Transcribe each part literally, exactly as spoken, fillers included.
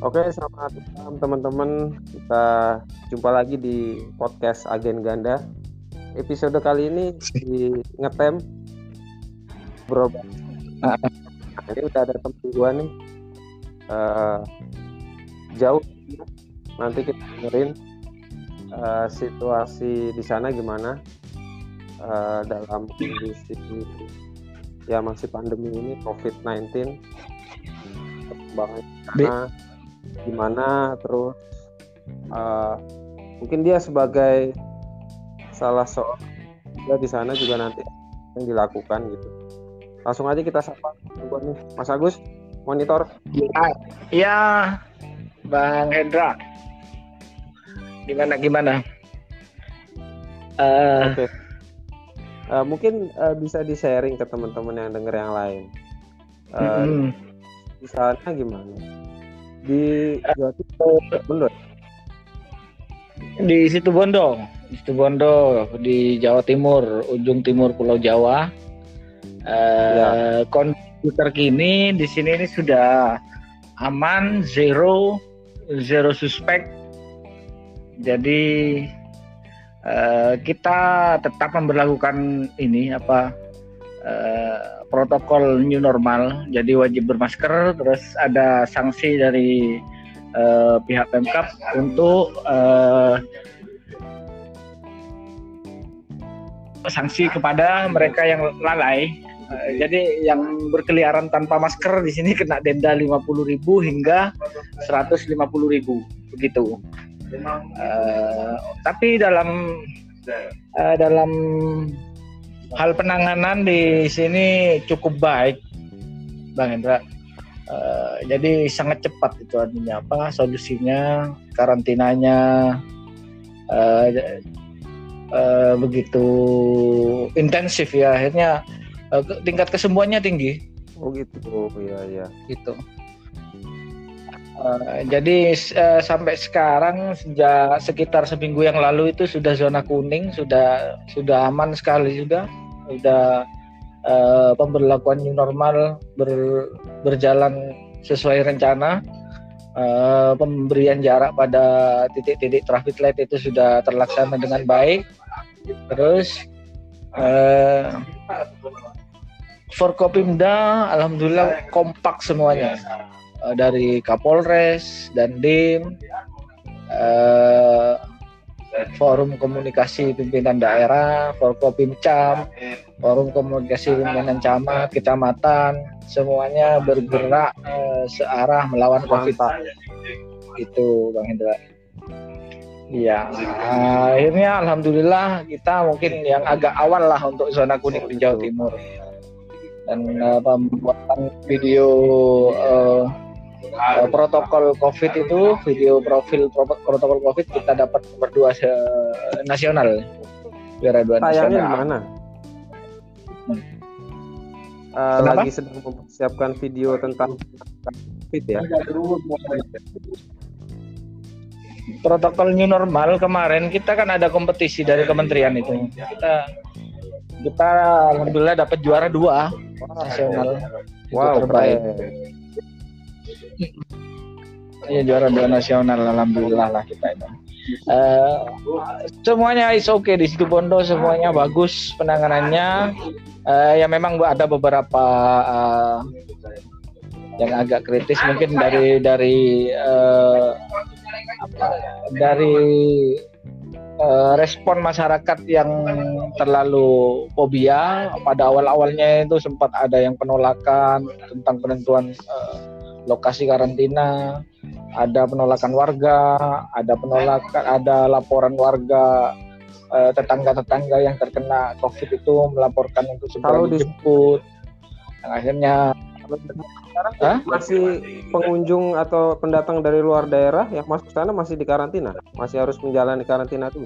Oke, selamat malam teman-teman. Kita jumpa lagi di podcast Agen Ganda. Episode kali ini di ngetem berobat. Nah, ini udah ada temen gue nih. Uh, jauh. Nanti kita dengerin uh, situasi di sana gimana uh, dalam kondisi ya masih pandemi ini covid sembilan belas. Perkembangannya gimana, terus uh, mungkin dia sebagai salah seorang juga di sana juga nanti yang dilakukan gitu. Langsung aja kita sapa nih Mas Agus, monitor. Ya, ya Bang Hendra. Gimana gimana? Uh... Oke. Okay. Uh, mungkin uh, bisa di-sharing ke teman-teman yang denger yang lain. Uh, mm-hmm. Di sana gimana? Di Jawa Timur, di situ Bondo, di situ Bondo di Jawa Timur, ujung timur Pulau Jawa. Uh, ya. Kondisi terkini di sini ini sudah aman, zero, zero suspek. Jadi uh, kita tetap memberlakukan ini apa? Uh, protokol new normal, jadi wajib bermasker, terus ada sanksi dari uh, pihak Pemkab untuk uh, sanksi kepada mereka yang lalai. Uh, jadi yang berkeliaran tanpa masker di sini kena denda lima puluh ribu hingga seratus lima puluh ribu begitu. Uh, tapi dalam uh, dalam hal penanganan di sini cukup baik, Bang Hendra. Uh, jadi sangat cepat itu artinya apa? Solusinya, karantinanya uh, uh, begitu intensif ya. Akhirnya uh, tingkat kesembuhannya tinggi. Oh gitu, oh, iya ya. Gitu. Uh, jadi uh, sampai sekarang sejak sekitar seminggu yang lalu itu sudah zona kuning, sudah sudah aman sekali sudah. Sudah uh, pemberlakuan new normal ber, berjalan sesuai rencana. Uh, pemberian jarak pada titik-titik traffic light itu sudah terlaksana dengan baik. Terus uh, Forkopimda alhamdulillah kompak semuanya, uh, dari Kapolres dan Dim, uh, Forum Komunikasi Pimpinan Daerah, Forkopimcam, Forum Komunikasi Pimpinan Camat, Kecamatan, semuanya bergerak eh, searah melawan COVID. Itu Bang Hendra. Iya, akhirnya alhamdulillah kita mungkin yang agak awal lah untuk zona kuning di Jawa Timur. Dan uh, pembuatan video uh, Uh, protokol COVID itu, video profil pro- protokol COVID kita dapat nomor dua se- nasional, juara dua nasional. Tayangnya di mana? Hmm. Uh, lagi sedang mempersiapkan video tentang COVID ya. Protokol new normal kemarin kita kan ada kompetisi dari kementerian itu. Kita kita alhamdulillah dapat juara dua nasional. Wow, terbaik. Iya, juara dua nasional alhamdulillah lah kita itu. Uh, semuanya is oke okay. Di situ Bondo semuanya bagus penanganannya. Uh, ya memang ada beberapa uh, yang agak kritis mungkin dari dari uh, apa, dari uh, respon masyarakat yang terlalu fobia. Pada awal-awalnya itu sempat ada yang penolakan tentang penentuan uh, lokasi karantina, ada penolakan warga, ada penolakan, ada laporan warga eh, tetangga-tetangga yang terkena COVID itu melaporkan untuk segera dijemput. Yang akhirnya sekarang masih pengunjung atau pendatang dari luar daerah yang masuk ke sana masih dikarantina, masih harus menjalani karantina dulu.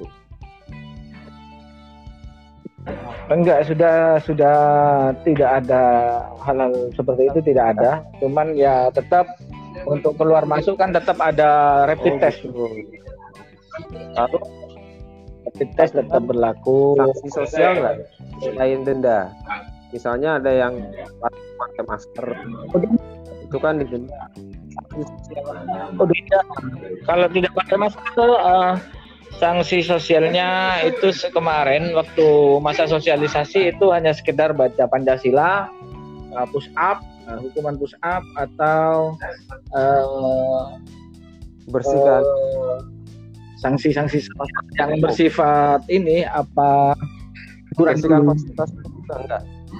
Enggak, sudah sudah tidak ada hal-hal seperti itu, tidak ada. Cuman ya tetap untuk keluar masuk kan tetap ada rapid test. Lalu rapid test tetap berlaku. Sanksi sosial nggak selain denda? Misalnya ada yang pakai masker, itu kan didenda. Oh tidak, kalau tidak pakai masker, uh, sanksi sosialnya itu kemarin waktu masa sosialisasi itu hanya sekedar baca Pancasila, uh, push up, uh, hukuman push up atau uh, bersihkan uh, sanksi-sanksi yang bersifat ini apa bersihkan fasilitas juga enggak?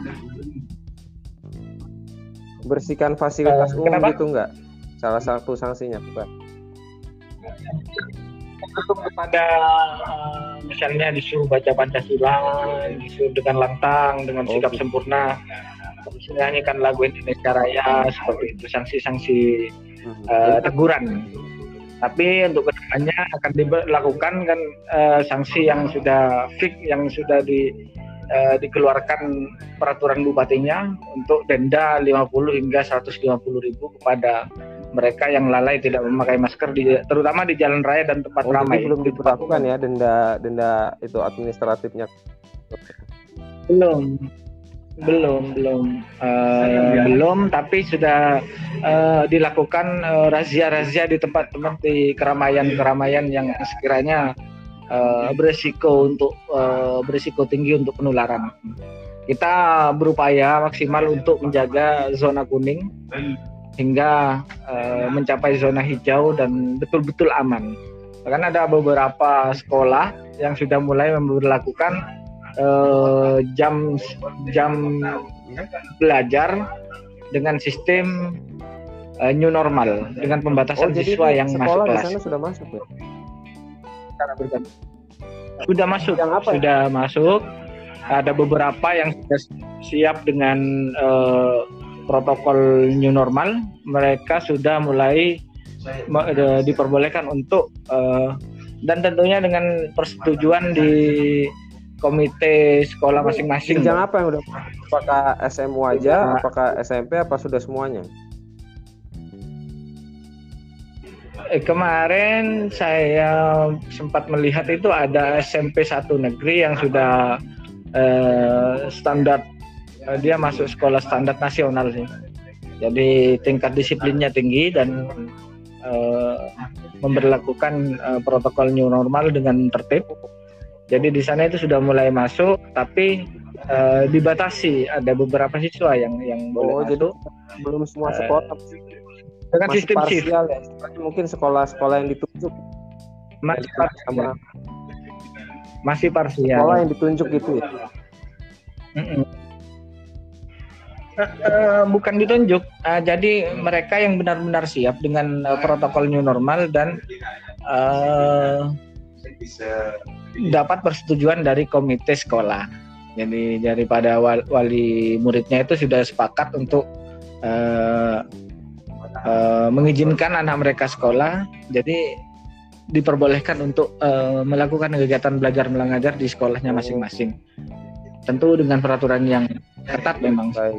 Bersihkan fasilitas uh, umum kenapa? Gitu enggak? Salah satu sanksinya bukan? Untuk kepada uh, misalnya disuruh baca Pancasila, disuruh dengan lantang, dengan sikap oh, sempurna, menyanyikan lagu Indonesia Raya, seperti itu sanksi-sanksi uh, teguran. Tapi untuk kedepannya akan dilakukan kan uh, sanksi yang sudah fix, yang sudah di, uh, dikeluarkan peraturan bupatinya untuk denda lima puluh hingga seratus lima puluh ribu kepada mereka yang lalai tidak memakai masker di, terutama di jalan raya dan tempat oh, ramai. Belum diberlakukan ya denda denda itu administratifnya? Belum. Belum, belum, uh, belum, tapi sudah uh, dilakukan uh, razia-razia di tempat-tempat di keramaian-keramaian yang sekiranya uh, berisiko untuk uh, berisiko tinggi untuk penularan. Kita berupaya maksimal untuk menjaga zona kuning hingga uh, mencapai zona hijau dan betul-betul aman. Bahkan ada beberapa sekolah yang sudah mulai memberlakukan Uh, jam jam belajar dengan sistem uh, new normal dengan pembatasan oh, siswa yang masuk kelas. Di sana sudah masuk ya? Sudah masuk, sudah ya? masuk. Ada beberapa yang sudah siap dengan uh, protokol new normal. Mereka sudah mulai uh, diperbolehkan untuk uh, dan tentunya dengan persetujuan di komite sekolah masing-masing. Jenjang apa yang udah? Apakah S M U aja? Nah, apakah S M P? Apa sudah semuanya? Eh, kemarin saya sempat melihat itu ada S M P satu negeri yang sudah eh, standar, eh, dia masuk sekolah standar nasional sih. Jadi tingkat disiplinnya tinggi dan eh, memberlakukan eh, protokol new normal dengan tertib. Jadi di sana itu sudah mulai masuk, tapi uh, dibatasi. Ada beberapa siswa yang yang oh, boleh jadi masuk. Belum semua sekolah. Uh, dengan masih sistem shift. Ya. Mungkin sekolah-sekolah yang ditunjuk. Masih parsial. Sama, masih parsial. Sekolah yang ditunjuk gitu ya. Uh, uh, bukan ditunjuk. Uh, jadi mereka yang benar-benar siap dengan uh, protokol new normal dan uh, bisa dapat persetujuan dari komite sekolah. Jadi daripada wali muridnya itu sudah sepakat untuk uh, uh, mengizinkan anak mereka sekolah. Jadi diperbolehkan untuk uh, melakukan kegiatan belajar mengajar di sekolahnya masing-masing. Tentu dengan peraturan yang ketat memang. Baik.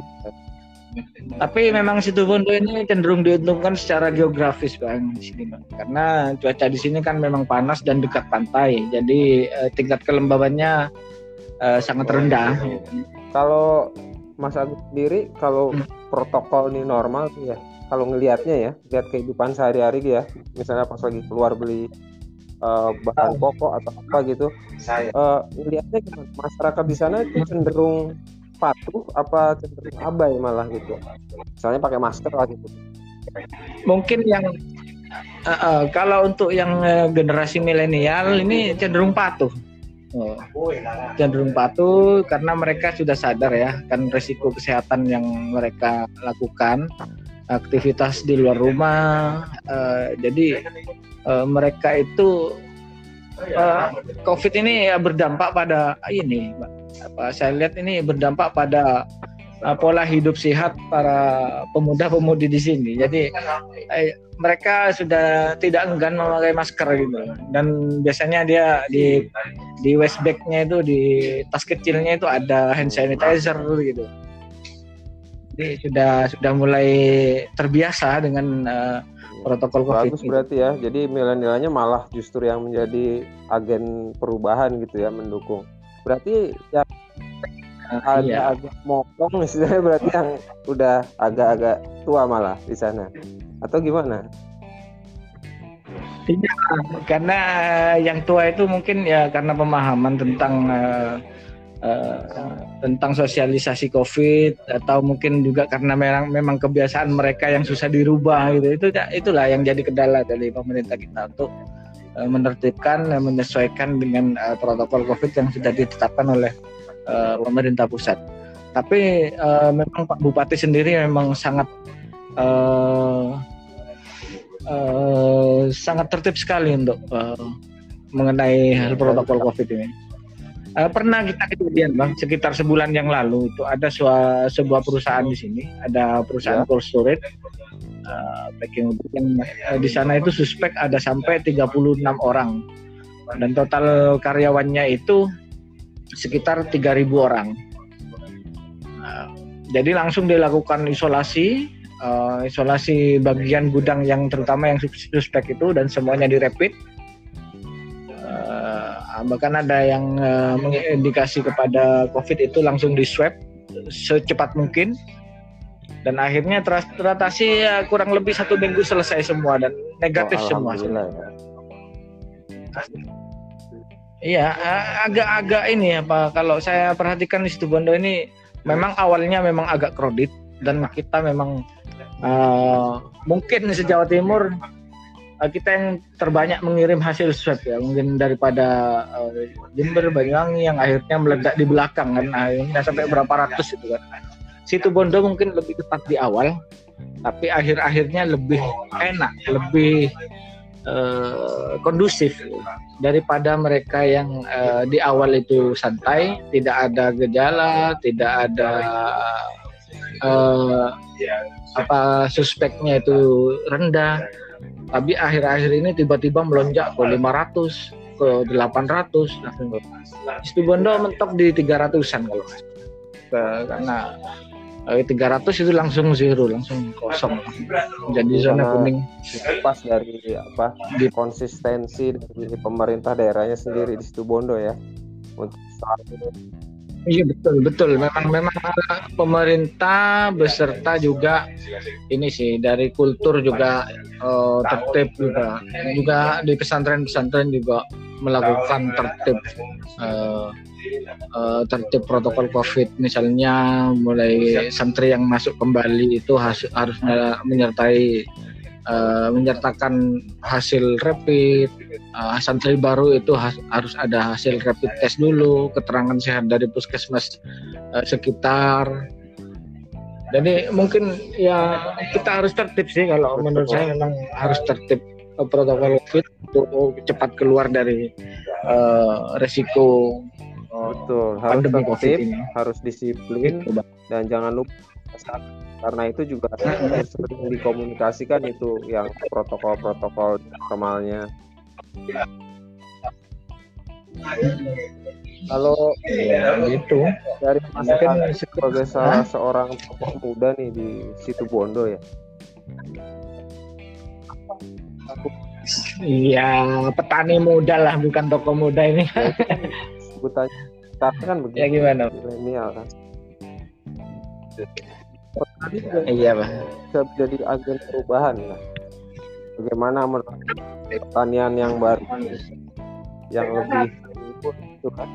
Tapi memang Situbondo ini cenderung diuntungkan secara geografis Bang di sini Bang. Karena cuaca di sini kan memang panas dan dekat pantai. Jadi eh, tingkat kelembabannya eh, sangat rendah. Kalau Mas Agus sendiri kalau hmm. protokol ini normal ya. Kalau ngelihatnya ya, lihat kehidupan sehari-hari ya. Misalnya pas lagi keluar beli uh, bahan pokok atau apa gitu. Uh, ngelihatnya gimana? Masyarakat di sana itu cenderung patuh apa cenderung abai malah gitu, misalnya pakai masker lah gitu. Mungkin yang uh, uh, kalau untuk yang uh, generasi milenial ini cenderung patuh, oh, cenderung patuh karena mereka sudah sadar ya kan risiko kesehatan yang mereka lakukan, aktivitas di luar rumah, uh, jadi uh, mereka itu uh, COVID ini ya berdampak pada ini, Mbak. Apa saya lihat ini berdampak pada uh, pola hidup sehat para pemuda-pemudi di sini. Jadi eh, mereka sudah tidak enggan memakai masker gitu. Dan biasanya dia di di waist bag-nya itu di tas kecilnya itu ada hand sanitizer gitu. Jadi sudah sudah mulai terbiasa dengan uh, protokol COVID. Bagus berarti ya. Jadi milenialnya malah justru yang menjadi agen perubahan gitu ya, mendukung. Berarti ya uh, iya. agak mokong istilahnya, berarti yang udah agak-agak tua malah di sana. atau gimana? Tidak, karena yang tua itu mungkin ya karena pemahaman tentang uh, uh, tentang sosialisasi COVID, atau mungkin juga karena memang memang kebiasaan mereka yang susah dirubah gitu. Itu itulah yang jadi kendala dari pemerintah kita untuk uh, menertibkan dan menyesuaikan dengan uh, protokol COVID yang sudah ditetapkan oleh uh, pemerintah pusat. Tapi uh, memang Pak Bupati sendiri memang sangat uh, Uh, sangat tertib sekali untuk uh, mengenai hal protokol COVID ini. Uh, pernah kita kejadian bang, sekitar sebulan yang lalu itu ada sebuah, sebuah perusahaan di sini, ada perusahaan ya. Cold storage, uh, packing yang uh, di sana itu suspek ada sampai tiga puluh enam orang, dan total karyawannya itu sekitar tiga ribu orang. Uh, jadi langsung dilakukan isolasi. Uh, isolasi bagian gudang yang terutama yang suspek itu, dan semuanya direpit. Uh, bahkan ada yang uh, mengindikasi kepada COVID itu langsung di swab secepat mungkin, dan akhirnya ter- teratasi ya, kurang lebih satu minggu selesai semua dan negatif oh, semua. Iya, agak-agak ini apa kalau saya perhatikan di Situbondo ini memang awalnya memang agak kredit, dan kita memang Uh, mungkin se-Jawa Timur uh, kita yang terbanyak mengirim hasil swab ya, mungkin daripada uh, Jember, Banyuwangi yang akhirnya meledak di belakang kan, akhirnya sampai berapa ratus itu kan. Situbondo mungkin lebih cepat di awal, tapi akhir-akhirnya lebih enak, lebih uh, kondusif daripada mereka yang uh, di awal itu santai, tidak ada gejala, tidak ada uh, apa suspeknya itu rendah, tapi akhir-akhir ini tiba-tiba melonjak ke lima ratus, ke delapan ratus. Situbondo mentok di tiga ratusan kalau karena eh, tiga ratus itu langsung zero, langsung kosong, jadi zona kuning. Pas dari apa di konsistensi dari pemerintah daerahnya sendiri di Situbondo ya untuk saat ini. Iya betul betul memang memang pemerintah beserta juga ini sih dari kultur juga uh, tertib juga juga di pesantren-pesantren juga melakukan tertib uh, uh, tertib protokol COVID, misalnya mulai santri yang masuk kembali itu harus harus menyertai uh, menyertakan hasil rapid. Uh, santri baru itu has, harus ada hasil rapid test dulu, keterangan sehat dari puskesmas uh, sekitar. Jadi mungkin ya kita harus tertib sih, kalau menurut saya memang harus tertib uh, protokol COVID untuk cepat keluar dari uh, resiko uh, betul harus pandemi tertib, COVID ini. Harus disiplin dan jangan lupa, karena itu juga harus sering dikomunikasikan itu yang protokol-protokol normalnya. Kalau ya, gitu dari Mas Adi sebagai salah seorang tokoh muda nih di Situbondo ya. Iya, petani muda lah, bukan tokoh muda ini. Sebutannya karena kan begitu. Ya gimana? Milenial kan. Iya, Pak. Bisa jadi agen perubahan lah. Bagaimana pertanian yang baru yang lebih itu kan.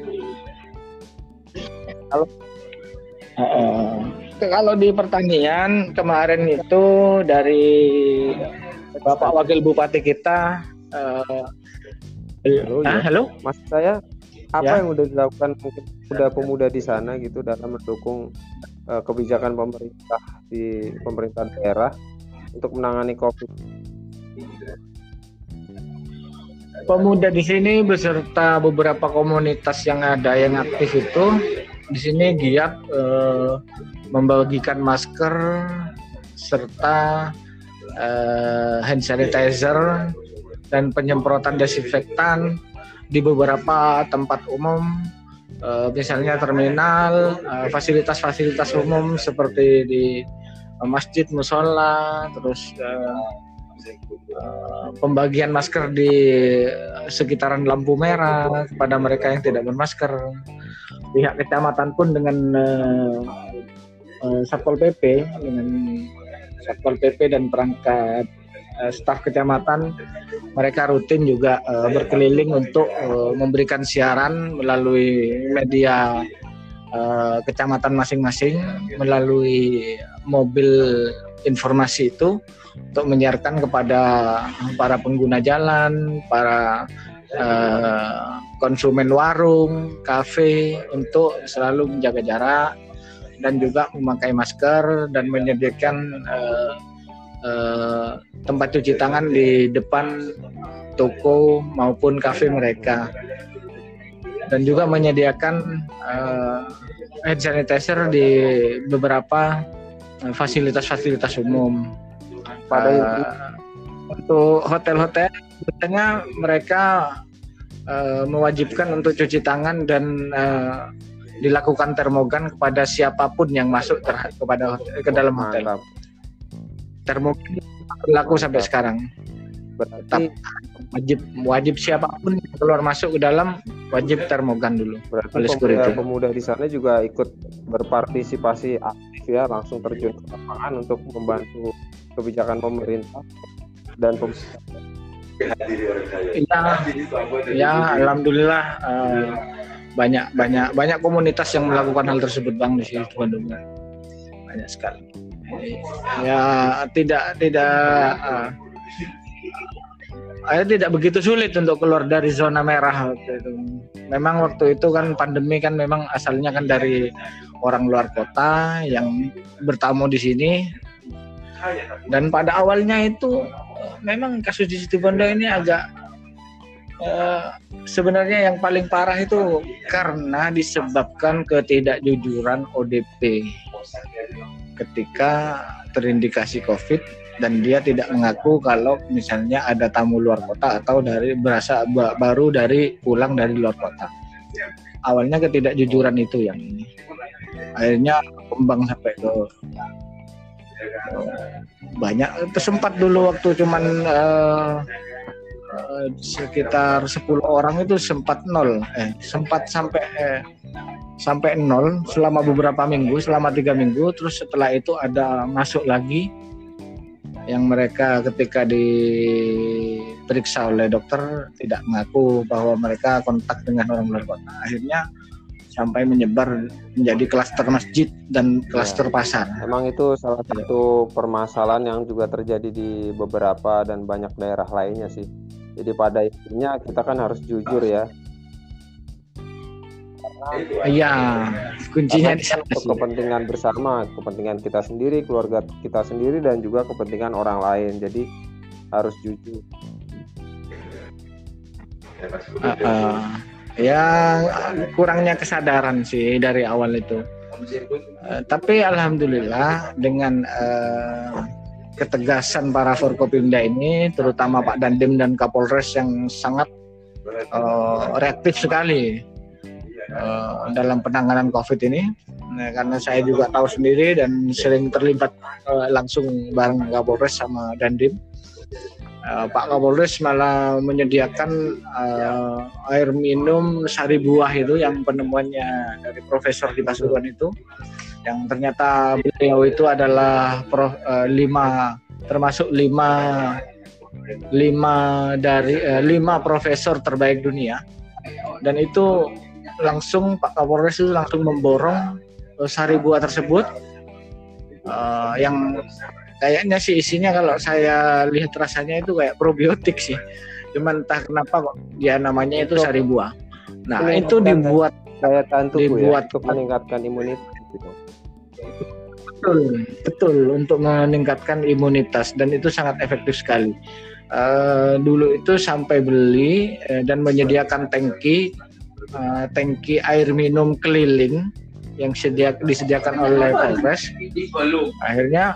Kalau uh, kalau di pertanian kemarin itu dari Bapak Wakil Bupati kita uh, halo, ah, ya. halo Mas saya apa ya? Yang udah dilakukan mungkin pemuda-pemuda di sana gitu dalam mendukung uh, kebijakan pemerintah di pemerintah daerah untuk menangani COVID. Pemuda di sini beserta beberapa komunitas yang ada yang aktif itu di sini giat eh, membagikan masker serta eh, hand sanitizer dan penyemprotan desinfektan di beberapa tempat umum, eh, misalnya terminal, eh, fasilitas-fasilitas umum seperti di eh, masjid, musola, terus eh, Uh, pembagian masker di sekitaran lampu merah kepada mereka yang tidak bermasker. Pihak kecamatan pun dengan uh, uh, Satpol P P dengan Satpol P P dan perangkat uh, staf kecamatan, mereka rutin juga uh, berkeliling untuk uh, memberikan siaran melalui media uh, kecamatan masing-masing, melalui mobil informasi itu untuk menyiarkan kepada para pengguna jalan, para uh, konsumen warung, kafe untuk selalu menjaga jarak dan juga memakai masker dan menyediakan uh, uh, tempat cuci tangan di depan toko maupun kafe mereka, dan juga menyediakan uh, hand sanitizer di beberapa uh, fasilitas-fasilitas umum. Pada uh, untuk hotel-hotel biasanya mereka uh, mewajibkan untuk cuci tangan dan uh, dilakukan termogan kepada siapapun yang masuk ter- kepada hotel, ke dalam hotel. Mantap. Termogan berlaku sampai sekarang. Berarti wajib wajib siapapun yang keluar masuk ke dalam wajib termogan dulu. Berarti oleh security. pemuda-pemuda di sana juga ikut berpartisipasi aktif ya, langsung terjun ke lapangan untuk membantu kebijakan pemerintah dan pemerintah. Ya, ya, alhamdulillah uh, banyak banyak banyak komunitas yang melakukan hal tersebut Bang di sini Bandung. Banyak sekali. Ya tidak tidak uh, uh, tidak begitu sulit untuk keluar dari zona merah waktu itu. Memang waktu itu kan pandemi kan memang asalnya kan dari orang luar kota yang bertamu di sini, dan pada awalnya itu memang kasus di Situbondo ini agak uh, sebenarnya yang paling parah itu karena disebabkan ketidakjujuran O D P ketika terindikasi COVID dan dia tidak mengaku kalau misalnya ada tamu luar kota atau dari berasa baru dari pulang dari luar kota. Awalnya ketidakjujuran itu yang ini akhirnya kembang sampai ke banyak. Sempat dulu waktu cuman uh, uh, sekitar sepuluh orang itu sempat nol eh sempat sampai eh, sampai nol selama beberapa minggu, selama tiga minggu. Terus setelah itu ada masuk lagi yang mereka ketika diperiksa oleh dokter tidak mengaku bahwa mereka kontak dengan orang luar kota. Akhirnya sampai menyebar menjadi klaster masjid dan klaster ya, pasar. Emang itu salah satu permasalahan yang juga terjadi di beberapa dan banyak daerah lainnya sih. Jadi pada intinya kita kan harus jujur ya. Iya, kuncinya di sana sih. Kepentingan bersama, kepentingan kita sendiri, keluarga kita sendiri, dan juga kepentingan orang lain. Jadi harus jujur. Uh, uh, ya kurangnya kesadaran sih dari awal itu. Uh, tapi alhamdulillah dengan uh, ketegasan para Forkopimda ini, terutama Pak Dandim dan Kapolres yang sangat uh, reaktif sekali Uh, dalam penanganan COVID ini, nah, karena saya juga tahu sendiri dan sering terlibat uh, langsung bareng Kapolres sama Dandim. Uh, Pak Kapolres malah menyediakan uh, air minum sari buah itu yang penemuannya dari Profesor di Pasuruan itu, yang ternyata beliau itu adalah prof, uh, lima termasuk lima lima dari uh, lima profesor terbaik dunia, dan itu langsung Pak Kapolres itu langsung memborong uh, sari buah tersebut uh, yang kayaknya sih isinya kalau saya lihat rasanya itu kayak probiotik sih, cuman entah kenapa kok dia namanya itu sari buah. Nah itu, itu dibuat daya tahan tubuh dibuat ya, untuk meningkatkan imunitas gitu. Betul, betul untuk meningkatkan imunitas, dan itu sangat efektif sekali. Uh, dulu itu sampai beli uh, dan menyediakan tangki Uh, tangki air minum keliling yang sedia, disediakan oleh Polres. Akhirnya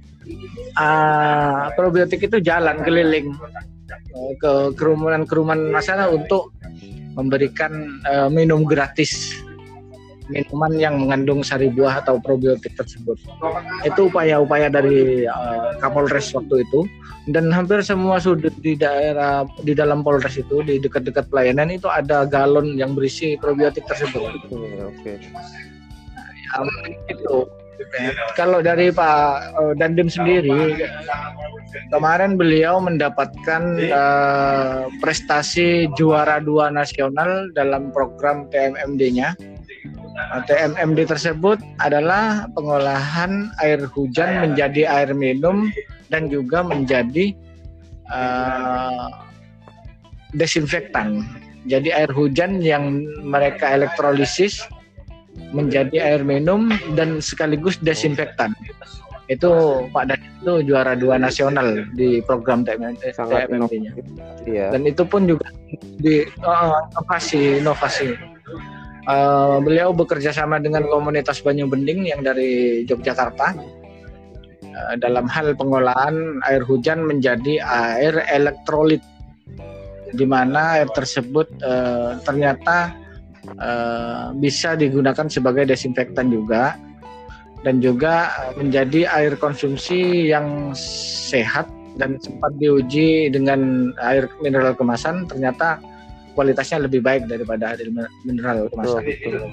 uh, probiotik itu jalan keliling uh, ke kerumunan-kerumunan masyarakat untuk memberikan uh, minum gratis, minuman yang mengandung sari buah atau probiotik tersebut. Itu upaya-upaya dari uh, Kapolres waktu itu, dan hampir semua sudut di daerah di dalam Polres itu, di dekat-dekat pelayanan itu ada galon yang berisi probiotik tersebut. Oke. Nah, ya, itu Kalau dari Pak uh, Dandim sendiri, kemarin beliau mendapatkan uh, prestasi juara dua nasional dalam program T M M D-nya. T M M D tersebut adalah pengolahan air hujan menjadi air minum dan juga menjadi uh, desinfektan. Jadi air hujan yang mereka elektrolisis menjadi air minum dan sekaligus desinfektan. Itu Pak Dandim itu juara dua nasional di program T M M D-nya. Iya. Dan itu pun juga di uh, inovasi inovasi. Uh, beliau bekerja sama dengan komunitas Banyu Bening yang dari Yogyakarta uh, dalam hal pengolahan air hujan menjadi air elektrolit, di mana air tersebut uh, ternyata uh, bisa digunakan sebagai desinfektan juga, dan juga menjadi air konsumsi yang sehat, dan sempat diuji dengan air mineral kemasan, ternyata kualitasnya lebih baik daripada air mineral kemasan.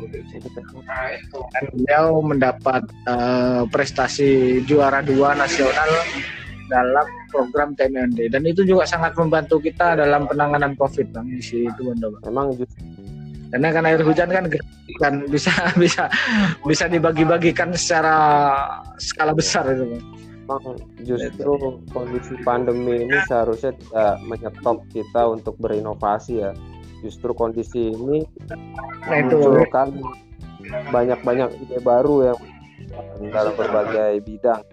Dan beliau mendapat uh, prestasi juara dua nasional dalam program T M M D, dan itu juga sangat membantu kita dalam penanganan COVID, Bang, di situ Bondo. Memang justru karena kan air hujan kan kan bisa bisa bisa dibagi-bagikan secara skala besar itu, Bang. Memang justru kondisi pandemi ini seharusnya tidak menyetop kita untuk berinovasi ya. Justru kondisi ini memunculkan banyak-banyak ide baru yang dalam berbagai bidang.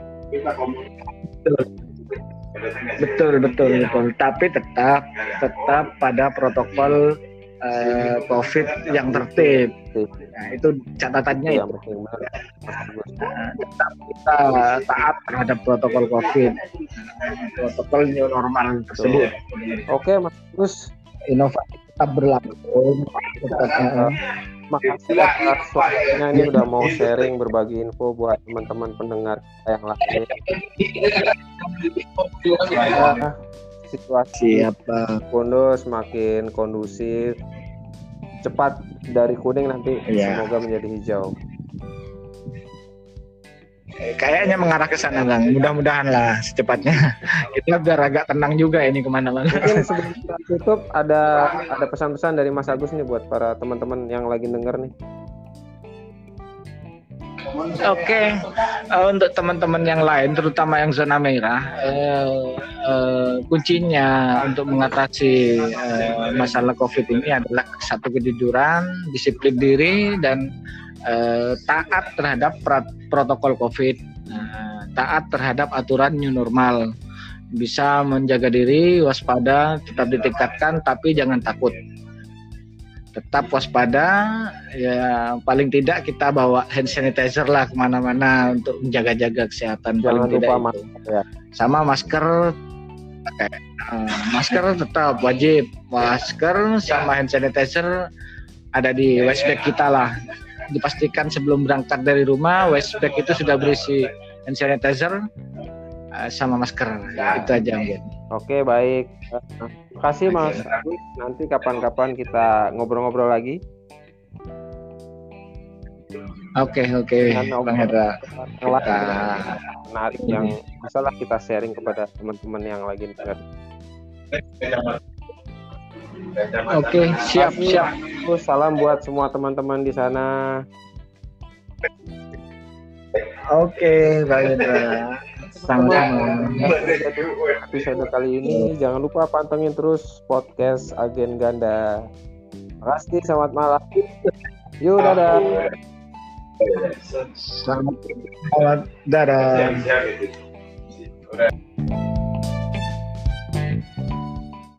Betul betul betul. Tapi tetap tetap pada protokol uh, COVID yang tertib. Nah, itu catatannya ya. Nah, tetap kita taat terhadap protokol COVID, protokol new normal tersebut. Oke, Mas Agus. Inovasi tetap berlangsung. Uh, makasih atas waktunya, ini udah mau sharing, berbagi info buat teman-teman pendengar yang lain. Ya, situasi Siapa? Bondo semakin kondusif, cepat dari kuning nanti ya, semoga menjadi hijau. Kayaknya mengarah ke sana, Bang. Mudah-mudahan lah secepatnya. Kita biar agak tenang juga ini kemana-mana. Mungkin sebelum kita tutup ada ada pesan-pesan dari Mas Agus nih buat para teman-teman yang lagi denger nih. Oke, okay. uh, untuk teman-teman yang lain, terutama yang zona merah, uh, uh, kuncinya untuk mengatasi uh, masalah COVID ini adalah satu, kejujuran, disiplin diri, dan uh, taat terhadap protokol COVID, uh, taat terhadap aturan new normal, bisa menjaga diri, waspada, tetap ditingkatkan, tapi jangan takut. Tetap waspada, ya paling tidak kita bawa hand sanitizer lah kemana-mana untuk menjaga-jaga kesehatan. Jangan paling lupa tidak masker ya. Sama masker, pakai uh, masker tetap wajib, masker sama hand sanitizer ada di waste bag kita lah. Dipastikan sebelum berangkat dari rumah waste bag itu sudah berisi hand sanitizer uh, sama masker. Ya, itu aja mungkin. Oke, baik. Terima kasih Mas Agus. Nanti kapan-kapan kita ngobrol-ngobrol lagi. Oke, oke, Bang Hendra. Kita menarik yang masalah kita sharing kepada teman-teman yang lagi dengar. Oke, siap, siap. Salam buat semua teman-teman di sana. Oke, Bang Hendra. Sama-sama. Episode kali ini jangan lupa pantengin terus podcast Agen Ganda. Makasih, selamat malam. Yuk, dadah. Selamat dadah.